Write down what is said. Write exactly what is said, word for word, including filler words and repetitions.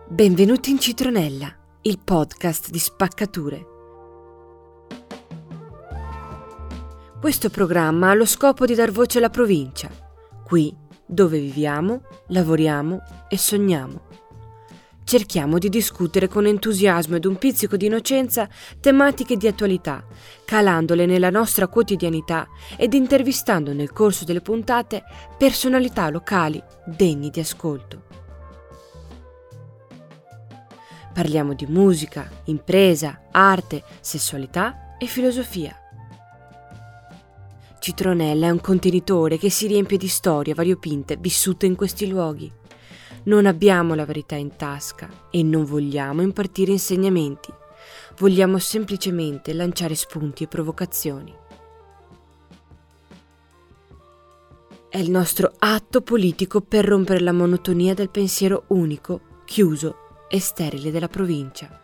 Benvenuti in Citronella, il podcast di Spaccature. Questo programma ha lo scopo di dar voce alla provincia, qui dove viviamo, lavoriamo e sogniamo. Cerchiamo di discutere con entusiasmo ed un pizzico di innocenza tematiche di attualità, calandole nella nostra quotidianità ed intervistando nel corso delle puntate personalità locali degni di ascolto. Parliamo di musica, impresa, arte, sessualità e filosofia. Citronella è un contenitore che si riempie di storie variopinte vissute in questi luoghi. Non abbiamo la verità in tasca e non vogliamo impartire insegnamenti. Vogliamo semplicemente lanciare spunti e provocazioni. È il nostro atto politico per rompere la monotonia del pensiero unico, chiuso e sterile della provincia.